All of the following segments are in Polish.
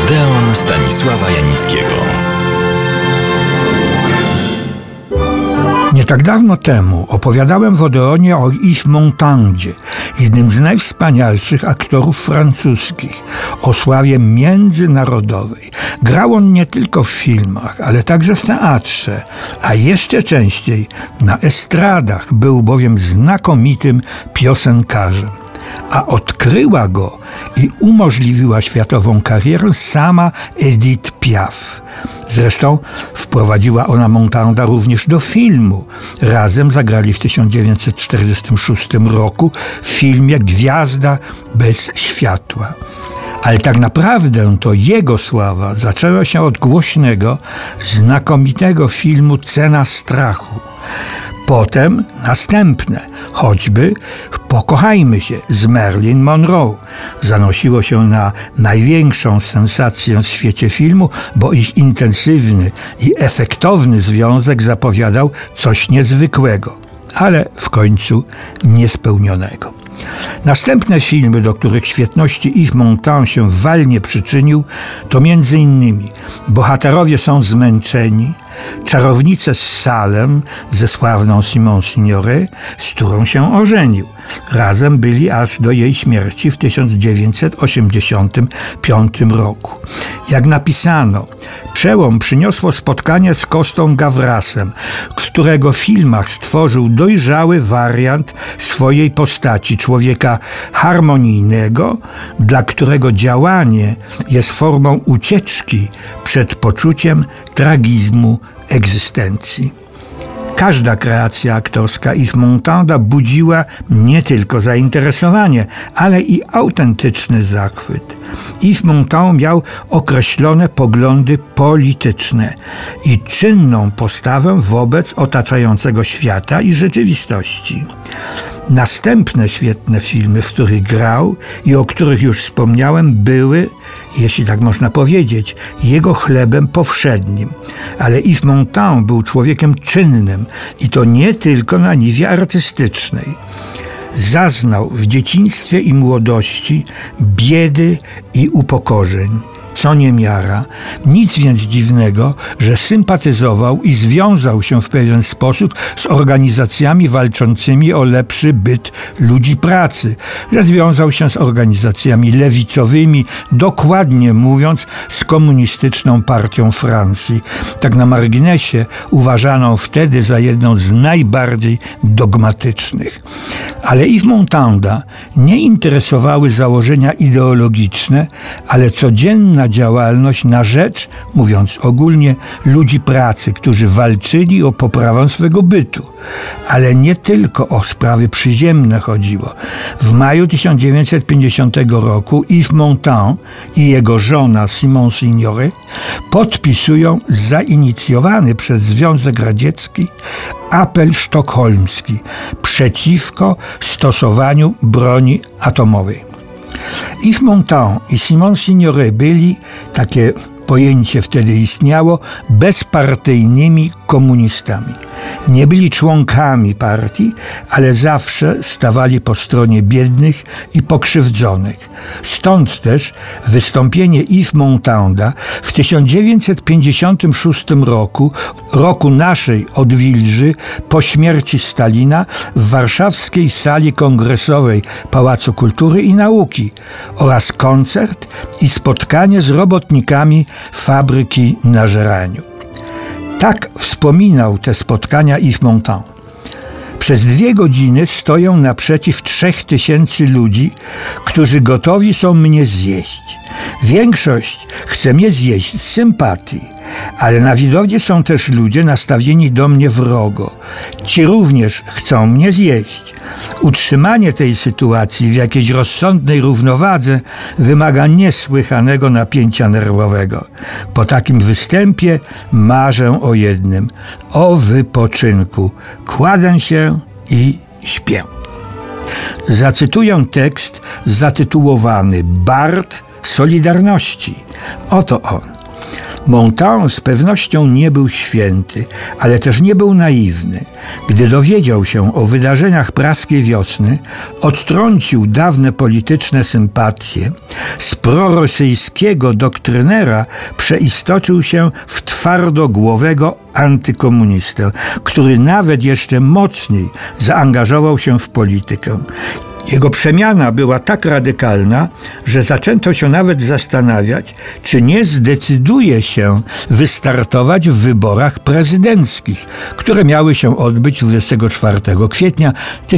Odeon Stanisława Janickiego. Nie tak dawno temu opowiadałem w Odeonie o Yves Montandzie, jednym z najwspanialszych aktorów francuskich, o sławie międzynarodowej. Grał on nie tylko w filmach, ale także w teatrze, a jeszcze częściej na estradach. Był bowiem znakomitym piosenkarzem. A odkryła go i umożliwiła światową karierę sama Edith Piaf. Zresztą wprowadziła ona Montanda również do filmu. Razem zagrali w 1946 roku w filmie Gwiazda bez światła. Ale tak naprawdę to jego sława zaczęła się od głośnego, znakomitego filmu Cena strachu. Potem następne, choćby Pokochajmy się z Marilyn Monroe. Zanosiło się na największą sensację w świecie filmu, bo ich intensywny i efektowny związek zapowiadał coś niezwykłego, ale w końcu niespełnionego. Następne filmy, do których świetności Yves Montand się walnie przyczynił, to m.in. Bohaterowie są zmęczeni, Czarownice z Salem ze sławną Simone Signoret, z którą się ożenił. Razem byli aż do jej śmierci w 1985 roku. Jak napisano, przełom przyniosło spotkanie z Costą Gavrasem, z którego w filmach stworzył dojrzały wariant swojej postaci, człowieka harmonijnego, dla którego działanie jest formą ucieczki przed poczuciem tragizmu egzystencji. Każda kreacja aktorska Yves Montanda budziła nie tylko zainteresowanie, ale i autentyczny zachwyt. Yves Montand miał określone poglądy polityczne i czynną postawę wobec otaczającego świata i rzeczywistości. Następne świetne filmy, w których grał i o których już wspomniałem, były, jeśli tak można powiedzieć, jego chlebem powszednim. Ale Yves Montand był człowiekiem czynnym i to nie tylko na niwie artystycznej. Zaznał w dzieciństwie i młodości biedy i upokorzeń, co niemiara. Nic więc dziwnego, że sympatyzował i związał się w pewien sposób z organizacjami walczącymi o lepszy byt ludzi pracy, że związał się z organizacjami lewicowymi, dokładnie mówiąc z komunistyczną partią Francji, tak na marginesie uważaną wtedy za jedną z najbardziej dogmatycznych. Ale Yves Montanda nie interesowały założenia ideologiczne, ale codzienna działalność na rzecz, mówiąc ogólnie, ludzi pracy, którzy walczyli o poprawę swego bytu. Ale nie tylko o sprawy przyziemne chodziło. W maju 1950 roku Yves Montand i jego żona Simone Signoret podpisują zainicjowany przez Związek Radziecki apel sztokholmski przeciwko stosowaniu broni atomowej. Yves Montand i Simone Signoret byli, takie pojęcie wtedy istniało, bezpartyjnymi komunistami. Nie byli członkami partii, ale zawsze stawali po stronie biednych i pokrzywdzonych. Stąd też wystąpienie Yves Montanda w 1956 roku naszej odwilży po śmierci Stalina w warszawskiej sali kongresowej Pałacu Kultury i Nauki oraz koncert i spotkanie z robotnikami fabryki na Żeraniu. Tak wspominał te spotkania Yves Montand. Przez 2 godziny stoją naprzeciw 3000 ludzi, którzy gotowi są mnie zjeść. Większość chce mnie zjeść z sympatii, ale na widowni są też ludzie nastawieni do mnie wrogo. Ci również chcą mnie zjeść. Utrzymanie tej sytuacji w jakiejś rozsądnej równowadze wymaga niesłychanego napięcia nerwowego. Po takim występie marzę o jednym – o wypoczynku. Kładę się i śpię. Zacytuję tekst zatytułowany Bard Solidarności. Oto on. Montand z pewnością nie był święty, ale też nie był naiwny. Gdy dowiedział się o wydarzeniach praskiej wiosny, odtrącił dawne polityczne sympatie. Z prorosyjskiego doktrynera przeistoczył się w twardogłowego antykomunistę, który nawet jeszcze mocniej zaangażował się w politykę. Jego przemiana była tak radykalna, że zaczęto się nawet zastanawiać, czy nie zdecyduje się wystartować w wyborach prezydenckich, które miały się odbyć 24 kwietnia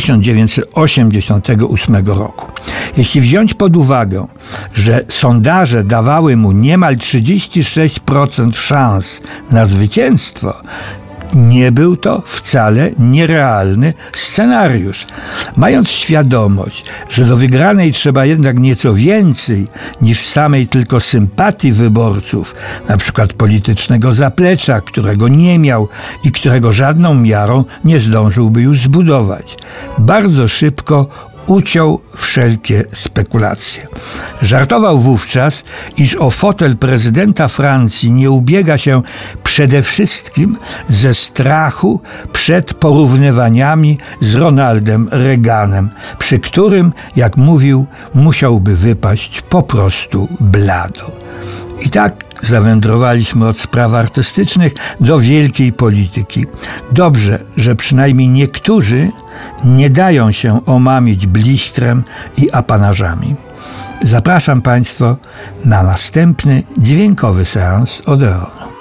1988 roku. Jeśli wziąć pod uwagę, że sondaże dawały mu niemal 36% szans na zwycięstwo, nie był to wcale nierealny scenariusz. Mając świadomość, że do wygranej trzeba jednak nieco więcej niż samej tylko sympatii wyborców, na przykład politycznego zaplecza, którego nie miał i którego żadną miarą nie zdążyłby już zbudować, bardzo szybko uciął wszelkie spekulacje. Żartował wówczas, iż o fotel prezydenta Francji nie ubiega się przede wszystkim ze strachu przed porównywaniami z Ronaldem Reaganem, przy którym, jak mówił, musiałby wypaść po prostu blado. I tak zawędrowaliśmy od spraw artystycznych do wielkiej polityki. Dobrze, że przynajmniej niektórzy nie dają się omamić blichtrem i apanażami. Zapraszam Państwa na następny dźwiękowy seans Odeonu.